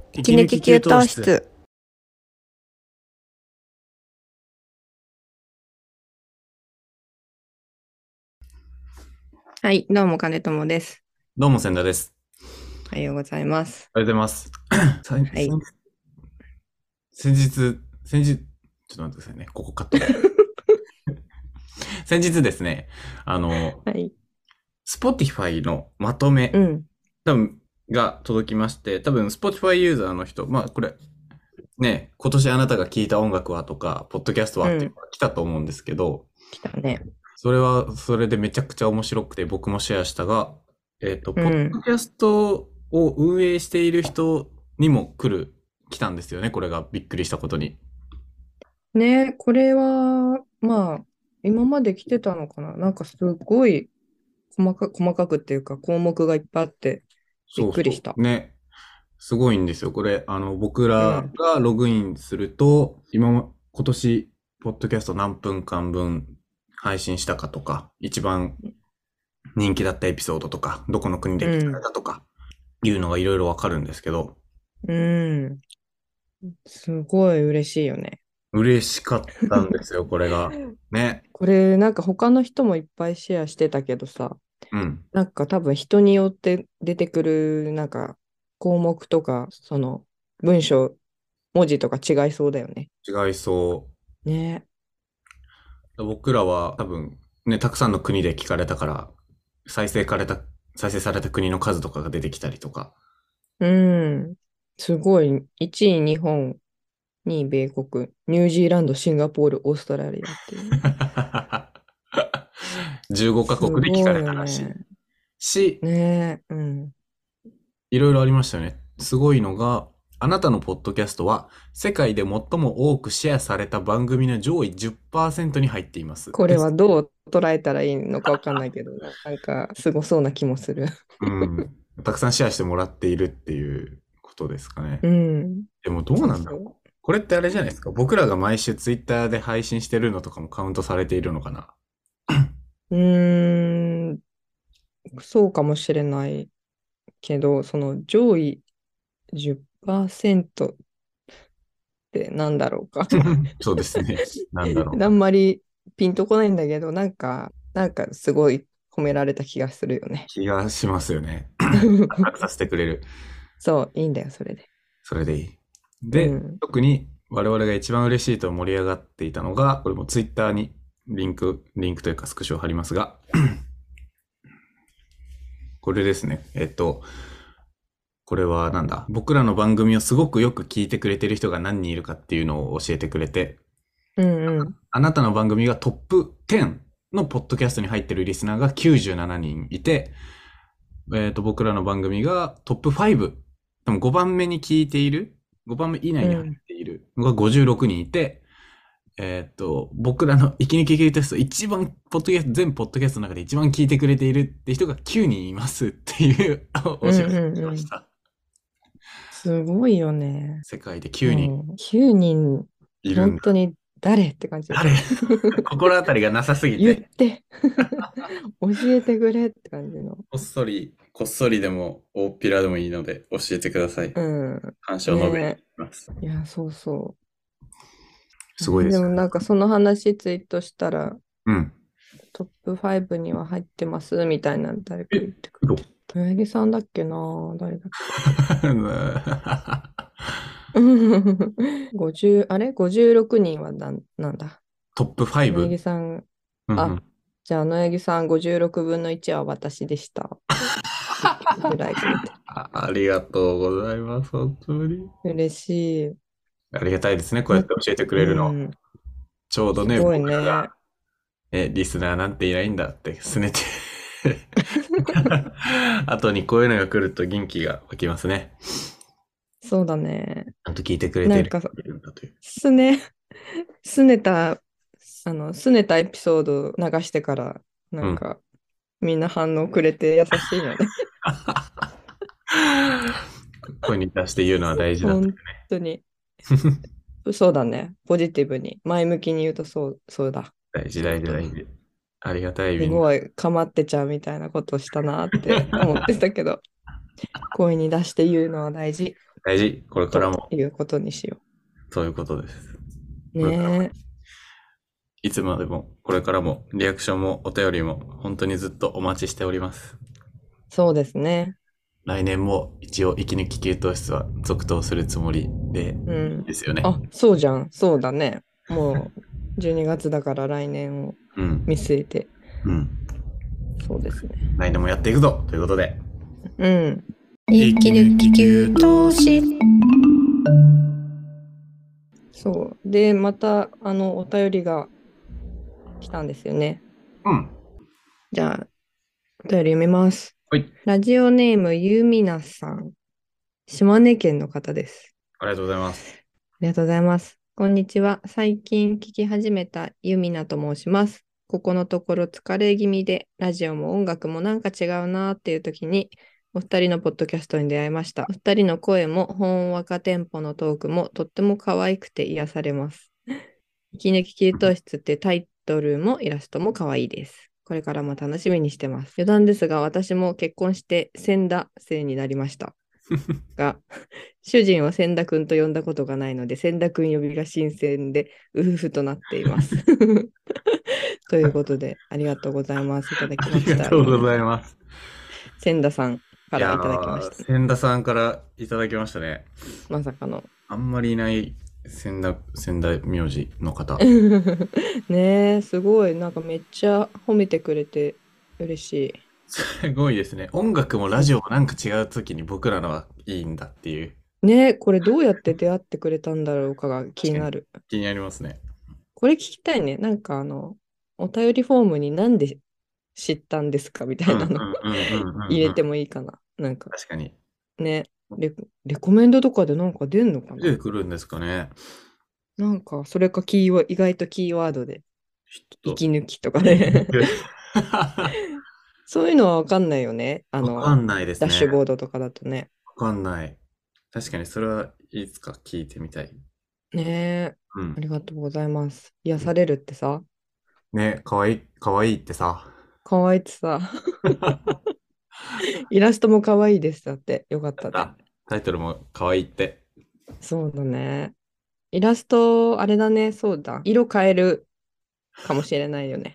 息抜き給湯室。はい、どうも金友です。 どうも、千田です。 おはようございます。 おはようございます。 はい。 先日、先日、ちょっと待ってくださいね。ここカットで。先日ですね、あの、 はい。 Spotify のまとめ、 うん。 多分、が届きまして、多分、Spotify ユーザーの人、まあ、これ、ね、今年あなたが聴いた音楽はとか、ポッドキャストはっていううん。 のが来たと思うんですけど、 来たね。 それは、それでめちゃくちゃ面白くて僕もシェアしたが、ポッうん。 ドキャストを運営している人にも来たんですよね。これがびっくりしたことに。 ね、これは、まあ、今まで来てたのかな。なんかすごい細かくっていうか項目がいっぱいあってびっそうそくりした。 う。ね。すごいんですよ。これ、僕らうん。 がログインすると、今年、ポッドキャスト何分間分配信したかとか、一番人気だったエピソードとか、どこの国で聞かれうん。 たとか、いうのがいろいろわかるんですけど、 うん。すごい嬉しいよね。 嬉しかったんですよ、これが。ね。 これなんか他の人もいっぱいシェアしてたけどさ、 うん。 なんか多分人によって出てくるなんか項目とか、その文章、文字とか違いそうだよね。 違いそね。 う。僕らは多分、ね、たくさんの国で聞かれたから、再生された、再生された国の数とかが出てきたりとか。 うん。すごい。1位日本、2位米国、ニュージーランド、シンガポール、オーストラリアっていう。 15カす国で聞かれごいよたらしい。 ね。 し、 ねえ。うん。 いろいろありましたよね。すごいのが、あなたのポッドキャストは世界で最も多くシェアされた番組の上位10%に入っています。 これはどう捉えたらいいのかわかんないけど、なんかすごそうな気もする。 うん。たくさんシェアしてもらっているっていうことですかね。 うん。 でもどうなんだろう。 そうそこれってあれじゃないですか。僕らが毎週ツイッターで配信してるのとかもカウントされているのかな。 う。そうかもしれないけど、その上位10%ってなんだろうか。 そうですね。なんだろうあな。 んまりピンとこないんだけど、なんかすごい褒められた気がするよね。 気がしますよね。納得させてくれる。 そう、いいんだよ、それで。 それでいい。で、 うん。 特に我々が一番嬉しいと盛り上がっていたのが、これもツイッターにリンクというかスクショを貼りますが、これですね。これはなんだ僕らの番組をすごくよく聞いてくれてる人が何人いるかっていうのを教えてくれて、 うんうん。 あなたの番組がトップ10のポッドキャストに入ってるリスナーが97人いて、僕らの番組がトップ5、でも5番目に聞いている、5番目以内に入っうん。 ているのが56人いて、僕らの息抜き系テスト、一番、全ポッドキャストの中で一番聞いてくれているって人が9人いますっていううんお知らせをうんうん。 しました。 すごいよね。 世界で9人もう、9人、 いるんだ。 本当に誰って感じでし誰ょ。 心当たりがなさすぎ言って、 て教えてくれって感じの。 こっそりでも、大っぴらでもいいので、教えてください。 うん。 感謝を述べにね行きます。 え。いや、そうそう。 すごいですよね。 でもなんかその話ツイートしたら、 うん。 トップ5には入ってますみたいな誰か言え、 ってくれどうて。親木さんだっけな誰だっけ50、あれ ?56 人はなんだ。 トップ野 5? 柳さん、あ、 うんうん。 じゃあ野柳さん56分の1は私でしたってリプライくれて。 ありがとうございます。本当に。 嬉しい。 ありがたいですね。こうやっな、 て教えてくうれるの。 ん、 ちょうどね、 すごい僕らが、 ね。 リスナーなんていないんだってすねて後にこういうのが来ると元気が湧きますね。 そうだね。 ちゃんと聞いてくれているなんか、 人がいるんだという。 すね、すねた、すねたエピソード流してから、なうん。 んか、みんな反応くれて優しいよね。 声に出して言うのは大事だという本当に。 ね。 そうだね。ポジティブに。前向きに言うとそうだ。 大事、大事、 ちょっと、 大事。ありがたい、みんな。 すごい、かまってちゃうみたいなことをしたなって思ってたけど、声に出して言うのは大事。 大事。これう。とからも、 いうことにしよそういうことです。 う。 これからも、 ねえ。 いつまでも、これからも、リアクションもお便りも、本当にずっとお待ちしております。 そうですね。 来年も一応、息抜き給湯室は続投するつもりで、 うん。 ですよね。 あ、そうじゃん。そうだね。もう12月だから来年をうん。 見据えて。 うん。 そうですね。 来年もやっていくぞということで。 うん。息抜き給湯室。そう。で、また、お便りが来たんですよね。 うん。 じゃあ、お便り読みます。 はい。 ラジオネームゆみなさん。島根県の方です。 ありがとうございます。 ありがとうございます。こんにちは。最近聞き始めたゆみなと申します。ここのところ疲れ気味で、ラジオも音楽もなんか違うなっていう時に、お二人のポッドキャストに出会いました。お二人の声も、ほんわかテンポのトークもとっても可愛くて癒されます。息抜き給湯室ってタイトルもイラストも可愛いです。これからも楽しみにしてます。余談ですが、私も結婚して千田姓になりましたが、主人を千田くんと呼んだことがないので、千田くん呼びが新鮮で、うふふとなっています。ということで、ありがとうございます。いただきありがました。 とうございます。 千田さんかいやらいただきまー、 したね。 千田さんからいただきましたね。 まさかの。 あんまりいない千田名字の方。 ねえ、すごい。なんかめっちゃ褒めてくれて嬉しい。 すごいですね。音楽もラそうジオもなんか違う時に僕らのはいいんだっていう。 ねえ、これどうやって出会ってくれたんだろうかが気確かにになる。 気になりますね。 これ聞きたいね。なんかお便りフォームになんで知ったんですかみたうんうんいなのうんうんうんうん。 入れてもいいかな。なんか確かに。 ね、レコメンドとかでなんか出んのかな。 出てくるんですかね。 なんか、それか意外とキーワードで、 ちょっと、 息抜きとか息抜ねく。 そういうのはわかんないよね。 わかんないですダッシュね。 ボードとかだとね。 わかんない。確かにそれはいつか聞いてみたい。 ねえ、 うん。 ありがとうございます。癒されるってさ、 ね、かわいい、かわいいってさ。 可愛いってさ、イラストも可愛いですだって。よかったね。 あ、タイトルもかわいいって。 そうだね。イラスト、あれだね、そうだ。色変えるかもしれないよね。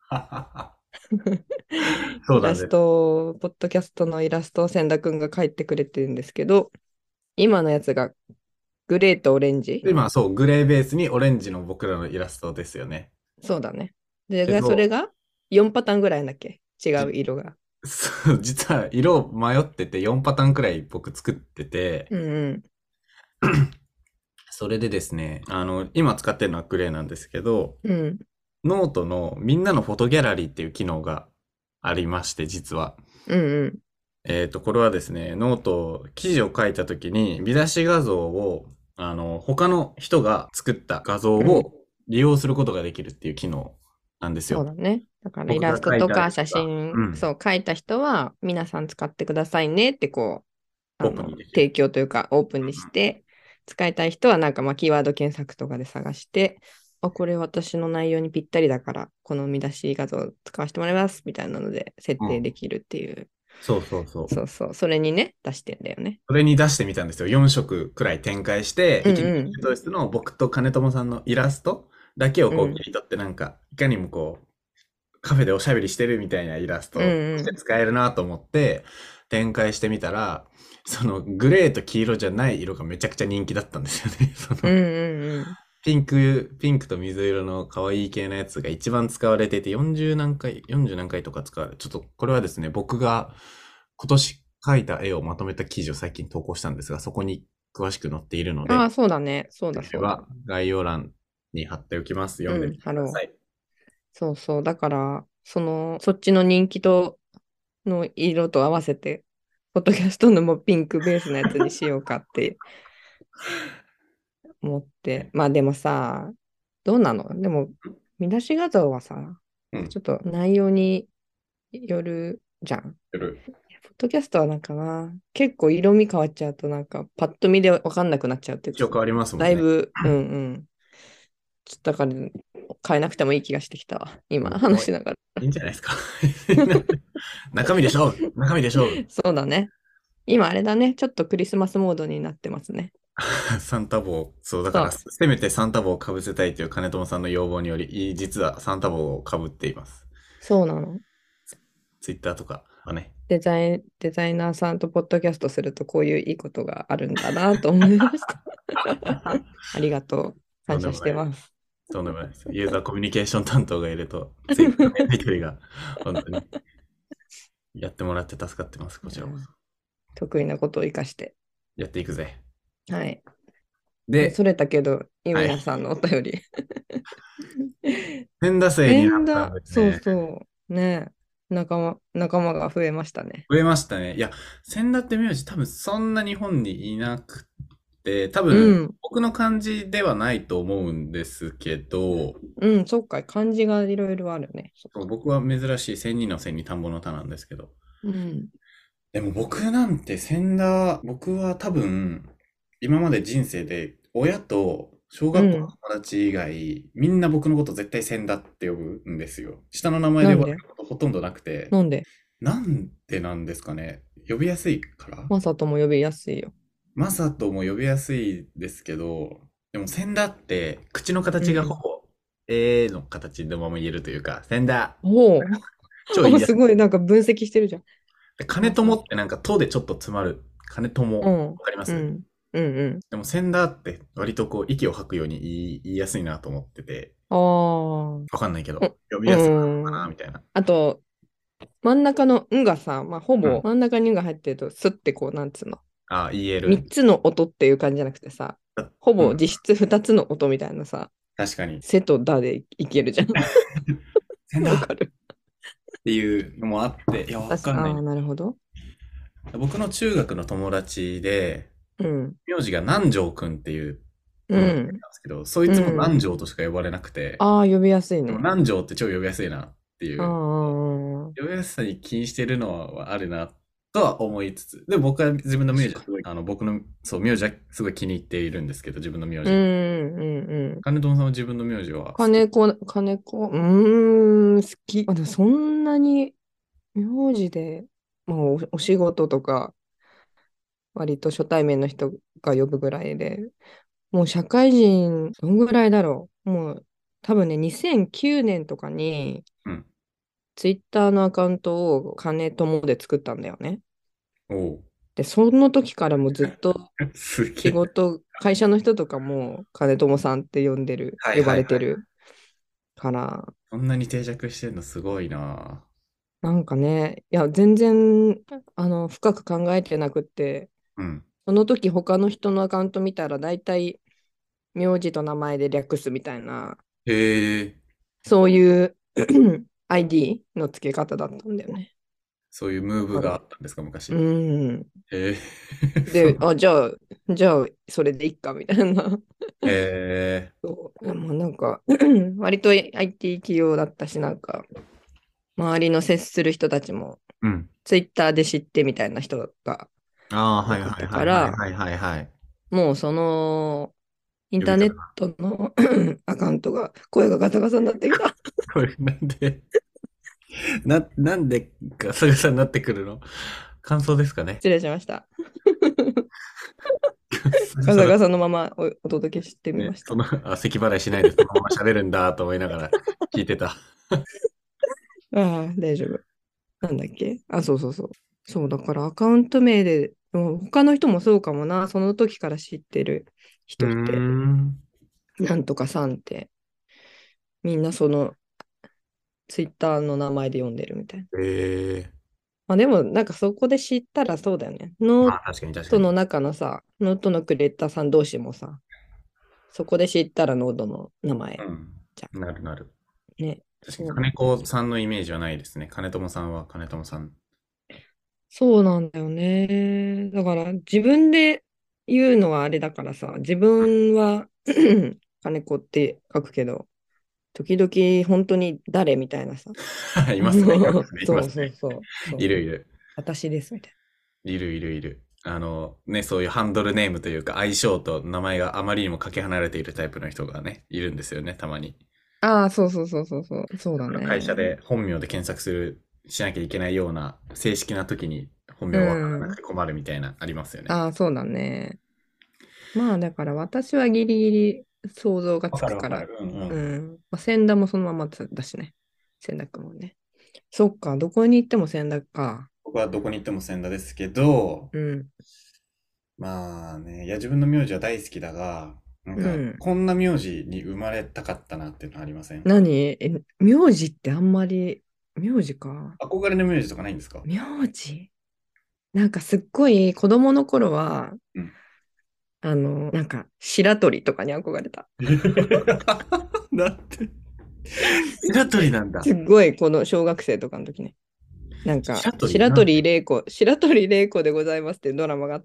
イラスそうなんです。 ト、ポッドキャストのイラストを千田くんが描いてくれてるんですけど、今のやつがグレーとオレンジ。 今、そう、グレーベースにオレンジの僕らのイラストですよね。 そうだね。で、それけど、 が4パターンぐらいだっけ違う色が。 そう、実は色迷ってて4パターンくらい僕作ってて、 うんうん。 それでですね、今使ってるのはグレーなんですけど、 うん。 ノートのみんなのフォトギャラリーっていう機能がありまして、実は。 うんうん。 これはですね、ノート、記事を書いたときに、見出し画像を、他の人が作った画像うん。 を利用することができるっていう機能なんですよ。 そうだね。だからイ僕ラストが書いたやとか写つが、 真、 うん、 そう、書いた人は皆さん使ってくださいねってオープンにできる。 提供というかオープンにして、使いたい人はなんかまあキーワード検索とかで探して、あ、これ私の内容にぴったりだから、この見出し画像使わせてもらいますみたいなので設うん。 定できるっていう。 そうそうそう。 そうそう。それにね、出してんだよね。 それに出してみたんですよ。4色くらい展開して、 うん息抜きうん。 教室の僕と金友さんのイラストだけをこううん。 切り取ってなんか、いかにもこう、カフェでおしゃべりしてるみたいなイラスうんトとしてうん。 使えるなと思って展開してみたら、そのグレーと黄色じゃない色がめちゃくちゃ人気だったんですよね。そうんのうんうん。 ピンクと水色の可愛い系のやつが一番使われていて40何回とか使われ、ちょっとこれはですね、僕が今年描いた絵をまとめた記事を最近投稿したんですが、そこに詳しく載っているので、 ああ、そうだね。そうだそうだ。 では概要欄に貼っておきます。読んでみうん、 て貼ろう。 ください。 そうそう。だから、そっちの人気の色と合わせて、ポッドキャストのもピンクベースのやつにしようかって思って。まあでもさ、どうなのでも、見出し画像はさ、 うん。 ちょっと内容によるじゃん。 夜。 ポッドキャストはなんかな、結構色味変わっちゃうとなんかパッと見でわかんなくなっちゃうっていうかさ、 一応変わりますもんね。 だいぶ、うんうん。ちょっとだから変えなくてもいい気がしてきたわ。今話しながら。 いいんじゃないですか。中身で勝負中身で勝負。 そうだね。 今あれだね。ちょっとクリスマスモードになってますね。 サンタ帽、そう、だから、 そう。 せめてサンタ帽をかぶせたいという金友さんの要望により、実はサンタ帽をかぶっています。 そうなの。 ツイッターとかはね。 デザイナーさんとポッドキャストするとこういういいことがあるんだなと思いました。ありがとう。感謝とんでもない。 してます。 とんでもないです。ユーザーコミュニケーション担当がいると、ツイッターのやり取りが、本当にやってもらって助かってます。こちらこそ。 得意なことを生かして。 やっていくぜ。 はい。 で、 それたけど、ゆはい。 みなさんのお便り。 千田生になったんですそうね。 そう。ね。仲間が増えましたね。 増えましたね。いや、千田って名字多分そんな日本にいなくて、多う分ん。 僕の漢字ではないと思うんですけど、 うん、そっか。漢字がいろいろあるね。そっか。 そう僕は珍しい千人の千に田んぼの田なんですけど。 うん。 でも僕なんて僕は多分今まで人生で親と小学校のうん。 友達以外みんな僕のこと絶対千田って呼ぶんですよ。下の名前で呼ばれなんでることほとんどなくて、 なんでなんでなんですかね。呼びやすいからマサとも呼びやすいよ。 マサトも呼びやすいですけど、でも千田って口の形がほうん。 ぼの形でも言えるというか、千田、 おお、 超言いやすい。 すごい、なんか分析してるじゃん。 で金マサ。 友ってなんかとでちょっと詰まる。金友。わうん。 かります？ うん。うん。うん。 でも、センダーって割とこう、息を吐くように言いやすいなと思ってて、 ああ。 わかんないけど、 う呼びやすいのかな、 うん。 みたいな。 あと、真ん中のんがさ、まあ、ほうん。 ぼ真ん中にんが入ってると、スッてこう、なんつうの。 あ、言える。 3つの音っていう感じじゃなくてさ、ほうん。 ぼ実質2つの音みたいなさ、 確かに。 セとダでいけるじゃん。 センダーっわかる。 ていうのもあって、いや、わかんない。 ああ、なるほど。 僕の中学の友達で、 うん。 名字が南條くんっていうう友達がいん。 たんですけど、そいうつも南ん。 條としか呼ばれなくて、 ああ、呼びやすいでもね。 南條って超呼びやすいなっていあう、 あ、 呼びやすさに気にしてるのはあるなとは思いつつ、で、僕は自分の名字は確かすごい、僕の、そう、名字はすごい気に入っているんですけど、自分の名に。う字。 ん、うん、うん。 金友さんは自分の名字は好き？ 金子、好き。あ、でもそんなに名字で、まあ、お仕事とか、割と初対面の人が呼ぶぐらいで、もう社会人、どんぐらいだろう。もう、多分ね、2009年とかに、 うん。 ツイッターのアカウントを金友で作ったんだよね。 おお。 で、その時からもうずっとすげえ。 会社の人とかも金友さんってはい呼ばはいはい。 れてるから、 そんなに定着してんのすごいな。 なんかね、いや、全然、深く考えてなくって、 うん。 その時他の人のアカウント見たら、大体、名字と名前で略すみたいな、 へえ、 そういう ID の付け方だったんだよね。 そういうムーブだから、 があったんですか、 う昔。 ん。 へえ、そで、 う。 じゃあ、それでいいか、みたいな。 へえ、 そう。でもなんか、割と IT 企業だったし、なんか、周りの接する人たちも、 うん。 ツイッターで知ってみたいな人がああ、はい多かったはいはいはいから、 はいはいはい。 もうその、インターネッ呼び方が。 トのアカウントが、声がガサガサになってきた。 これなんで、なんでガサガサになってくるの？感想ですかね。 失礼しました。 ガサガサだ。 ガサガサのままお届けしてみね、 ました。 咳払いしないでそのまま喋るんだと思いながら聞いてた。 ああ、大丈夫。なんだっけあ、そうそうそう。そう、だからアカウント名で、他の人もそうかもな、その時から知ってるうー人って、 ん。 なんとかさんって、みんなそのツイッターの名前で呼んでるみたいな。 ええ、 まあでも、なんかそこで知ったらそうだよね。ノーまあ確かに確かに。 トの中のさ、ノートのクリエイターさん同士もさ、そこで知ったらノートの名前じゃうん。なるなる。 ん。ね。 確かにそうな金子んですよ。 さんのイメージはないですね。金友さんは金友さん。 そうなんだよね。だから自分で言うのはあれだからさ、自分は金子って書くけど、時々本当に誰みたいなさ。 いますね。いますね。いそうますね。 そうそう。そう。 いるいる。 私ですみたいいるいるいる。ね、そういうハンドルネームというか、相性と名前があまりにもかけ離れているタイプの人がね、いるんですよね、たまに。 な。ああ、そうそうそうそうそう。そうだ会社ね。 で本名で検索しなきゃいけないような正式な時に本う名わからなくん。 て困るみたいな、ありますよね。 ああ、そうだね。まあ、だから私はギリギリ想像がわつくから、 かるわかる。うんうん。 うん。まあ、千田もそのままだしね。千田君もね。そっか、どこに行っても千田か。 僕はどこに行っても千田ですけど、 うん。 まあね、いや自分の名字は大好きだが、なんか、 うん。 こんな名字に生まれたかったなっていうのありません？ 名字ってあんまり、名字か。 憧れの名字とかないんですか？ 名字なんかすっごい子供の頃は、 うん。 なんか白鳥とかに憧れた。 だって、白鳥なんだ。 すっごいこの小学生とかの時ね。なんか、 白鳥なんて、 白鳥玲子でございますっていうドラマがあって、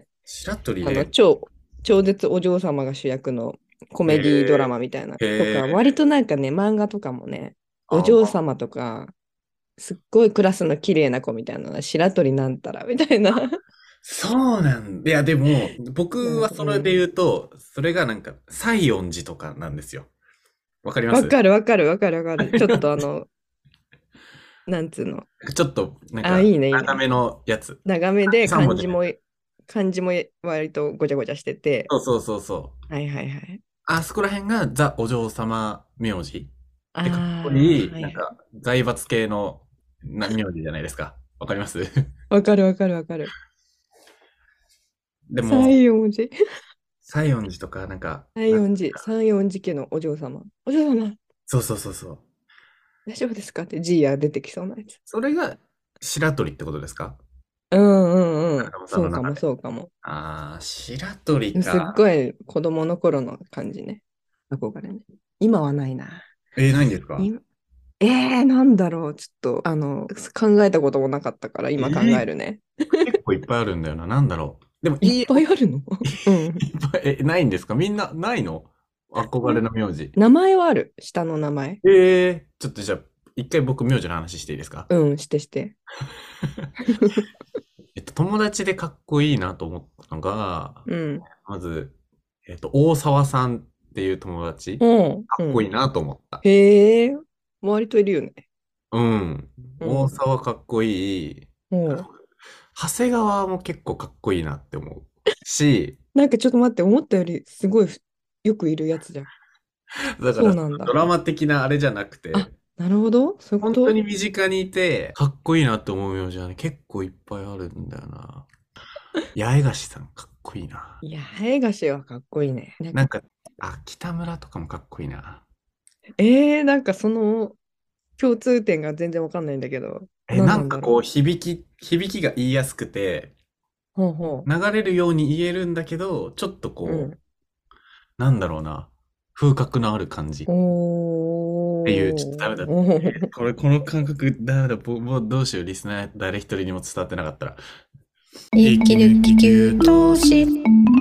白鳥で、 超絶お嬢様が主役のコへメディドラえ、 マみたいな。とか、 へえ、 割となんかね、漫画とかもね、おああ、 嬢様とか、すっごいクラスの綺麗な子みたいな、白鳥なんたらみたいな。 そうなんだ。いや、でも、僕はそれでうん。 言うと、それがなんか、西園寺とかなんですよ。わかります？ わかるわかるわかるわかる。ちょっとなんつうの。 ちょっと、なんあ、 か、 いいね、いいね。 長めのやつ。 長めで 3文字のやつ。 漢字も割とごちゃごちゃしてて。 そうそうそうそう。 はいはいはい。 あそこら辺がザ・お嬢様名字で、かっこああ、 いい、 はいはい。 なんか、財閥系の名字じゃないですか。わかります？ わかるわかるわかる。 でも、 西園寺。 西園寺とか、なんか、 西園寺家のお嬢様。お嬢様、 そうそうそうそう。 大丈夫ですかってジーヤ出てきそうなやつ。 それが白鳥ってことですか？ うんうんうん。 中野さんそうかもの中で。 そうかも。 ああ、白鳥すっか。 ごい子供の頃の感じね。憧れね。今はないな。 ないんですか？ 今なんだろう。ちょっと、考えたこともなかったから今考えーるね。 結構いっぱいあるんだよな。なんだろう。でも、 いっぱいあるのうん。 いっぱい、ないんですか？みんな、ないの？憧れの名字。 名前はある。下の名前。 ちょっとじゃあ、一回僕名字の話していいですか？ うん、してして。 友達でかっこいいなと思ったのが、 うん。 まず、大沢さんっていう友達、 うん。 かうん。 っこいいなと思った。 へえ、割といるよね。 うん。大うん。 沢かっこいい。 もう、 長谷川も結構かっこいいなって思うし、 なんかちょっと待って、思ったよりすごいよくいるやつじゃん。 だからそうなんだ。 ドラマ的なあれじゃなくあ、 て、 なるほど。そういうこ本当にと。 身近にいて、かっこいいなって思う名字はね、結構いっぱいあるんだよな。八重樫さんかっこいいな。 いや、映画史はかっこいいね。 なんか、北村とかもかっこいいな。 なんかその共通点が全然わかんないんだけど、何ななんだろんかこう、響きが言いやすくて、 う。ほうほ流れるように言えるんだけど、ちょっとう。うこん。 う、なんだろうな、風格のある感じっていう、ちょっとダメだ。 おー。 この感覚ダメだ。もうどうしよう、リスナー誰一人にも伝わってなかったら。 息抜き給湯室。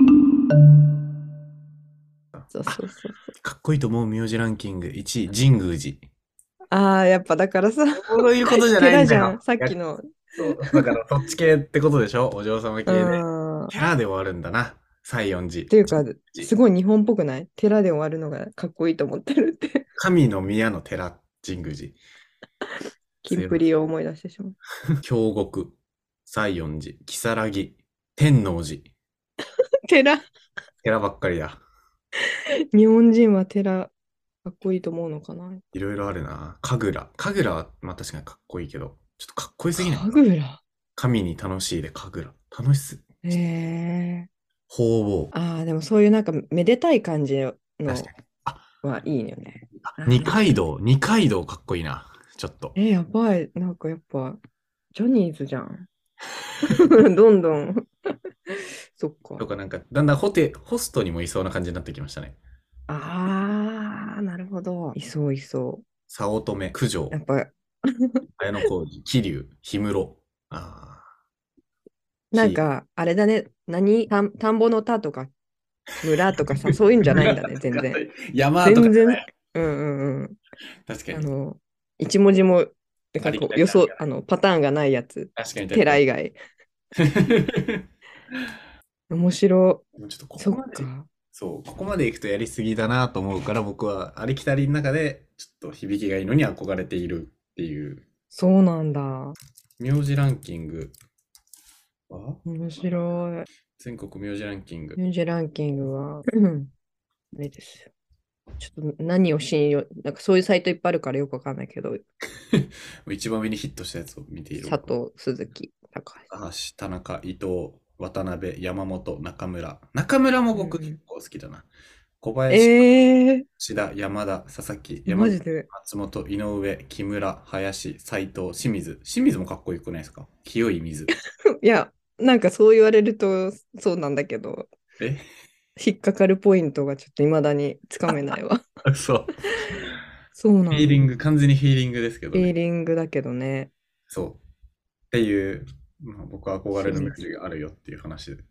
そうそうそうそう。 かっこいいと思う名字ランキング1位、神宮寺。 ああ、やっぱだからさ、 そういうことじゃないんだよ。 寺じゃん。さっきの。 そう、だからそっち系ってことでしょ？お嬢様う系で。 ん。っ寺で終わるんだな。西園寺。 ていうか、 寺すごい日本っぽくない寺で終わるのがかっこいいと思ってるって。 神の宮の寺、神宮寺。 キンプリを思い出してしまう。 京極、西園寺、如月、天王寺。 寺、 寺ばっかりだ。 日本人は寺、かっこいいと思うのかな。 いろいろあるな。神楽。神楽は、まあ確かにかっこいいけど、ちょっとかっこよすぎないか？ 神楽。 神に楽しいで神楽。楽しす。 へえ。 方々。 ああ、でもそういうなんかめでたい感じの確かに。あ、 はいいよね。 二あ階堂。二階堂かっこいいな。ちょっと。 やばい。なんかやっぱ、ジャニーズじゃん。どんどん。そっか。 とかなんか、だんだんホストにもいそうな感じになってきましたね。 ああ、なるほど。いそういそ早乙女、九う。や条、 っぱ、 綾小路、桐生、氷室。ああ、き、 なんか、あれだね。田んぼの田とか、村とかさ、そういうんじゃないんだね、全然。 山とか全然。 じゃない。 うんうんうん。 確かに。 あの、一文字も、なんありきかこう、 たりなありがない。 パターンがないやつ。 確かに確かに。 寺以外。面白でもちょっとこい。そこまで、 っか。 そう、ここまで行くとやりすぎだなと思うから、僕はありきたりの中で、ちょっと響きがいいのに憧れているっていう、 そうなんだ。 名字ランキングあ、 面白い。 全国名字ランキング。 ミュージランキングは、あれですよ。ちょっと何を信用、なんかそういうサイトいっぱいあるからよくわかんないけど、 一番上にヒットしたやつを見ている僕。 佐藤、鈴木、高高橋、田中、伊藤、渡辺、山本、中村。中村も橋。 僕結構好きだな。小林、 え志田、山田、佐々木、山口、 マジで。 松本、井上、木村、林、斉藤、清水。清水もかっこよくないですか？清い水。 いや、なんかそう言われるとそうなんだけど、 え引っかかるポイントがちょっと未だにつかめないわ。 そう。 そうなの。 フィーリング、完全にフィーリングですけどね。 フィーリングだけどね。 そう。っていう、まあ、僕は憧れの名清水。 字があるよっていう話で。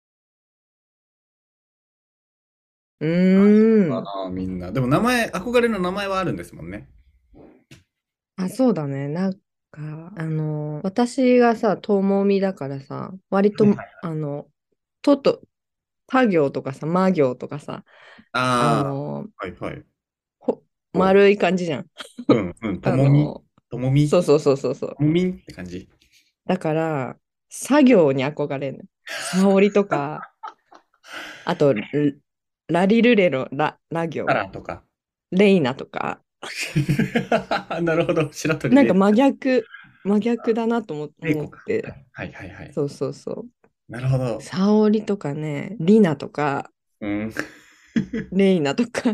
うーん。 ああ、みんな。でも名前、憧れの名前はあるんですもんね。 あ、そうだね。なんか、私がさ、ともみだからさ、割と、 はいはい。 と、他行とかさ、ま行とかさ、ああの、 あ、はいはい。 ほお丸い感じじゃん。 うんうん。とあもみの、 ともみそうそうそうそうそう。 ともみんって感じ。 だから、作業に憧れるの。沙織とか、あと、ラリルレロ、ラタ行、 ラとか。 レイナとか、 なるほど。白鳥で。 なんか真逆だなとレイコか。 思って、 はいはいはい。 そうそうそう。 なるほど。 沙織とかね、リナとか、 うん。 レイナとか、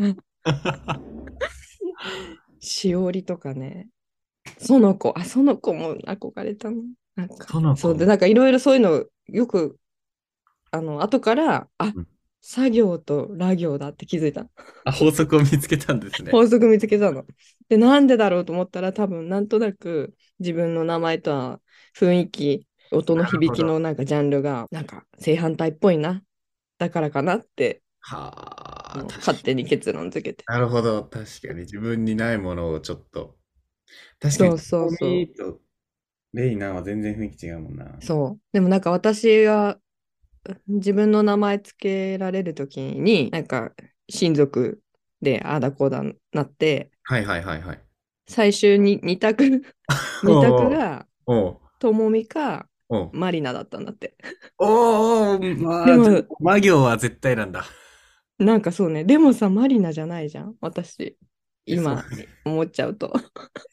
しおりとかね、その子も憧れたの。なんか、そうで、 その子。 なんかいろいろそういうの、よく、後から、 うん、 作業とラ行だって気づいた。 あ、法則を見つけたんですね。 法則見つけたの。で、なんでだろうと思ったら、多分、なんとなく自分の名前とは雰囲気、音のなるほど。 響きのなんかジャンルが、なんか正反対っぽいな。だからかなって、 はあ、 勝手に結論付けて。 なるほど。確かに自分にないものをちょっと。確かに、 そうそうトミそーとレイナーは全然雰囲気違うもんな。 う。そう。でもなんか私が自分の名前つけられるときに、なんか親族でああだこうだなって、 はいはいはいはい。 最終に二択おうが、 おうともみか、 おうマリナだったんだって。 おうおう、まあ、 でも、 魔行は絶対なんだ。 なんかそうね、でもさ、マリナじゃないじゃん、私。 え、そう。 今思っちゃうと。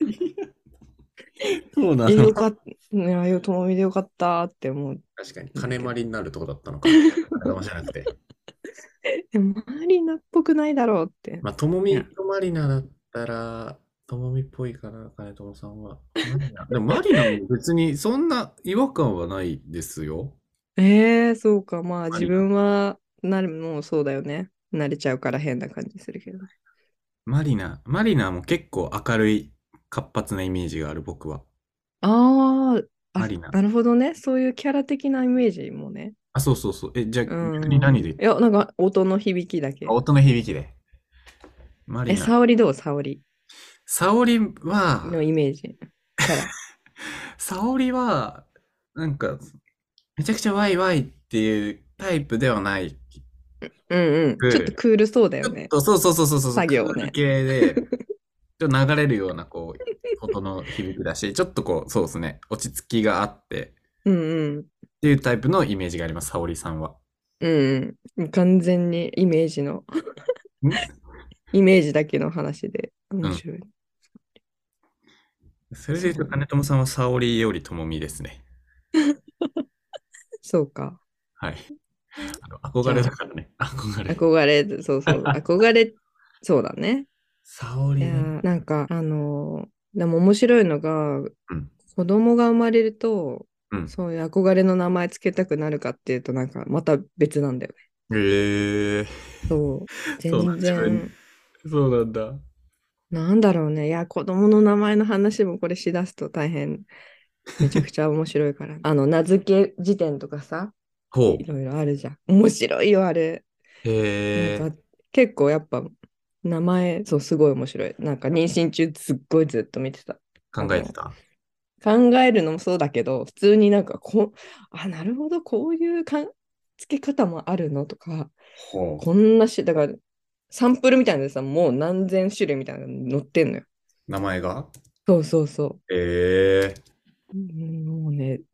そうなの。 よかった、ね、ともみでよかったって思うん確かに、 だけど。 金まりになるとこだったのかな。金玉じゃなくて。 でも、マリナっぽくないだろうって。 まあ、ともいや、 みとマリナだったら、ともみっぽいかな、金友さんは。マリナ。でも、マリナも別にそんな違和感はないですよ。 そうか。まあ自マリナ。 分はもうそうだよね。慣れちゃうから変な感じするけどね。 マリナ。マリナも結構明るい、活発なイメージがある、僕は。 ああ、 マリナ。 なるほどね。そういうキャラ的なイメージもね。 あ、そうそうそう。え、じゃあ、 う逆に何ん。 で、 いや、なんか音の響きだけ。 音の響きで。マリナ。 沙織どう沙織沙織は、 のイメージ。キャラ。 沙織は、なんか、めちゃくちゃワイワイっていうタイプではないうんうん。ちょっとく、 クールそうだよね。 ちょっと、そうそうそうそうそう、クール作業ね。 系で、ちょっと流れるような、こう、音の響きだし、ちょっとこう、そうですね、落ち着きがあってっうんうん。 ていうタイプのイメージがあります、沙織さんは。 うんうん。完全にんイメージだけの話でうん。 面白い。 それで言うと、 そうね。 金友さんは沙織より友美ですね。 そうか。 はい。憧れだじゃからね。憧あ、 れ。 憧れ、そうそう、憧れ、そうだね。 沙織ね。 なんか、でも面白いのが、 うん。 子供が生まれると、 うん。 そういう憧れの名前つけたくなるかっていうと、なんかまた別なんだよね。 ええー、 そう。 そうなん、 全自分、 然、 そうなんだ。 なんだろうね。いや、子供の名前の話もこれしだすと大変、めちゃくちゃ面白いから。名付け辞典とかさ、 ほう。 いろいろあるじゃん。面白いよ、あれ。なんか、 へえ、 結構やっぱ、名前、そう、すごい面白い。なんか、妊娠中すっごいずっと見てた。あの、 考えてた。 考えるのもそうだけど、普通になんかなるほど、こういう付け方もあるのとか、 ほう。 こんなだから、サンプルみたいなのでさ、もう何千種類みたいなの載ってんのよ。 名前が。 そうそうそええ、 う。もうね、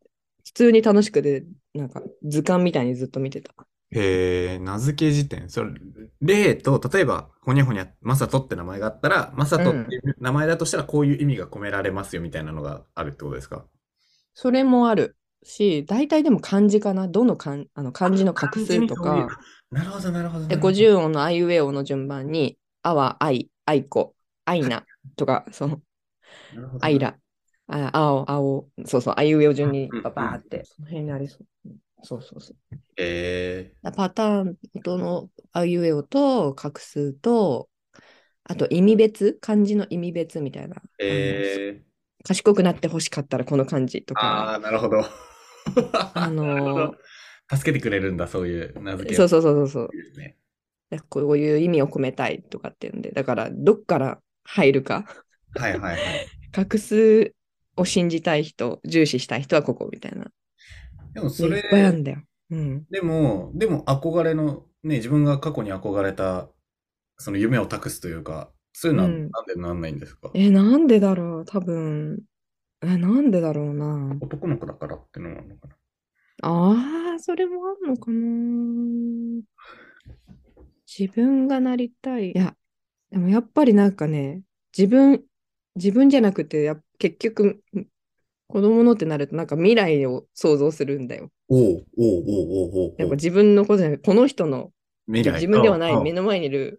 普通に楽しくて、なんか図鑑みたいにずっと見てた。 へえ、名付け辞典。それ、例と、例えば、ほにゃほにゃ、マサトって名前があったら、マサトっていうん。 う名前だとしたら、こういう意味が込められますよみたいなのがあるってことですか？ それもあるし、大体でも漢字かな。どの漢字の画漢字数にそういう。 とか、 なるほど、なるほど、 で、 なるほど。 50音のあいうえおの順番に、あはあいこ、あいなとか、 なるほどな。 あいら、そうそう、あいうえお順にバうんうん。 バーって、その辺にありそう。そうそうそう。 えパターンとのあいうえおと画数と、あと意味別、漢字の意味別みたいな。 ー、 賢くなって欲しかったらこの漢字とか、 ああ、なるほど。 あなるほど。 の助けてくれるんだ、そういう名付けを。 そうそうそうそうそう。 いいですね。 こういう意味を込めたいとかっていうんで、だからどっから入るか、 はいはいはい。 画数を信じたい人、重視したい人はここみたいな。 でもで、 それ、 いっぱいあるんだよ。うん。 でも憧れの、ね、自分が過去に憧れた、その夢を託すというか、そういうのはなんうん。 でなんないんですか？ なんでだろう多分。なんでだろうな。 男の子だからってのもあるのかな。 ああ、それもあんのかな。自分がなりたい。いや、でもやっぱりなんかね、自分、自分じゃなくて、結局、子供のってなるとなんか未来を想像するんだよ。 おうおうおうおうおうおう。 やっぱ自分のことじゃなくて、この人の、自未来。 分ではないうん、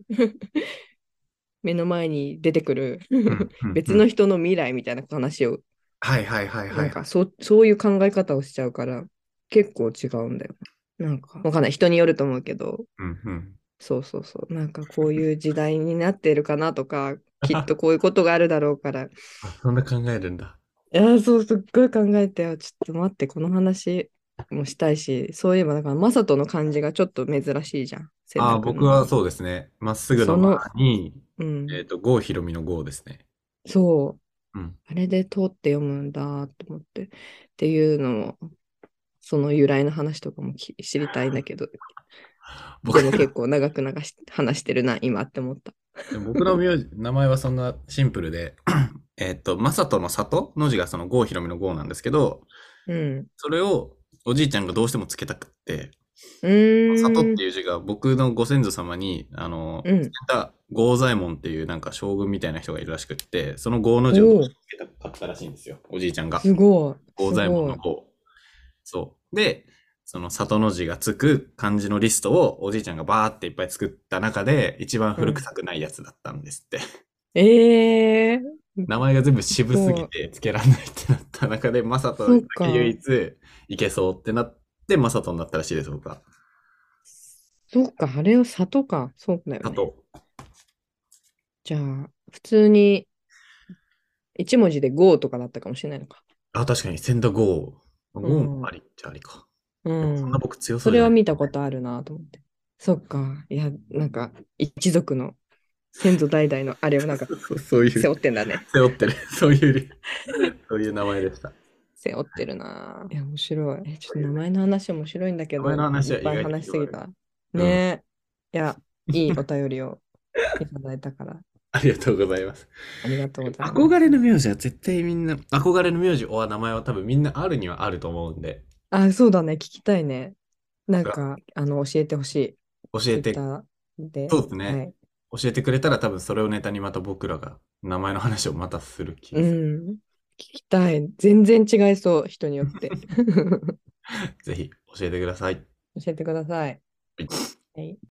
目の前に出てくるうん、うん、うん。 別の人の未来みたいな話を、 はいはいはいはいはい。 なんかそういう考え方をしちゃうから、結構違うんだよ。なんか、わかんない。人によると思うけど、 うん、うん。 そうそうそう。なんかこういう時代になっているかなとか、きっとこういうことがあるだろうから。 あ、そんな考えるんだ。 そう、すっごい考えてよ。ちょっと待って、この話もしたいし、そういえば、だから、マサトの漢字がちょっと珍しいじゃん。千ああ、 田君の。 僕はそうですね。まっすぐのまその、 に、 うん、 郷ひろみの郷ですね。 そう、 うん。 あれで通って読むんだと思って。っていうのも、その由来の話とかも知りたいんだけど、でも僕、 結構長く話してるな、今って思った。 でも僕の名前はそんなシンプルで、まさとの里の字がその郷ひろみの郷なんですけど、 うん。 それをおじいちゃんがどうしてもつけたくって、 う里っーん、 ていう字が僕のご先祖様に、つけうん。 た郷左衛門っていうなんか将軍みたいな人がいるらしくって、その郷の字をどうおお、 してもつけたかったらしいんですよ。おじいちゃんが。 すごい、 郷左衛門すごい。 の郷。そう。で、その里の字がつく漢字のリストをおじいちゃんがバーっていっぱい作った中で、一番うん。 古臭くないやつだったんですって。 え名前が全部渋すぎごい。 てつけられないってなった中で、マサトだそっけ唯か。 一いけそうってなって、マサトになったらしいです、僕は。 そっか、あれを里か。そうだよね。 あと、 じゃあ、普通に一文字で GO とかだったかもしれないのか。 あ、確かに、千田豪。 う豪もあん。 りっちゃありか。 うでもそんなん。 僕強そうじゃない。 それは見たことあるなと思って。そっか。いや、なんか、一族の先祖代々のあれをなんか背そういう、 負ってんだね。 背負ってる。そういう名前でした。 背負ってるな。いや、面白い。ちょっと名前の話面白いんだけ名前のど、い話は意外とっぱい話しす広がる。 ぎた。ねうん。 え。いや、いいお便りをいただいたから、 ありがとうございます。 ありがとうございます。 憧れの名字は絶対みんな、憧れの名字は名前は多分みんなあるにはあると思うんで、 そうだね。聞きたいね。なんか、教えてほしい。ツイッタ教えて、 ーで。 そうですね。 はい。 教えてくれたら多分それをネタにまた僕らが名前の話をまたする気うがする。 ん。聞きたい。全然違いそう、人によって。 ぜひ教えてください。 教えてください。 はいはい。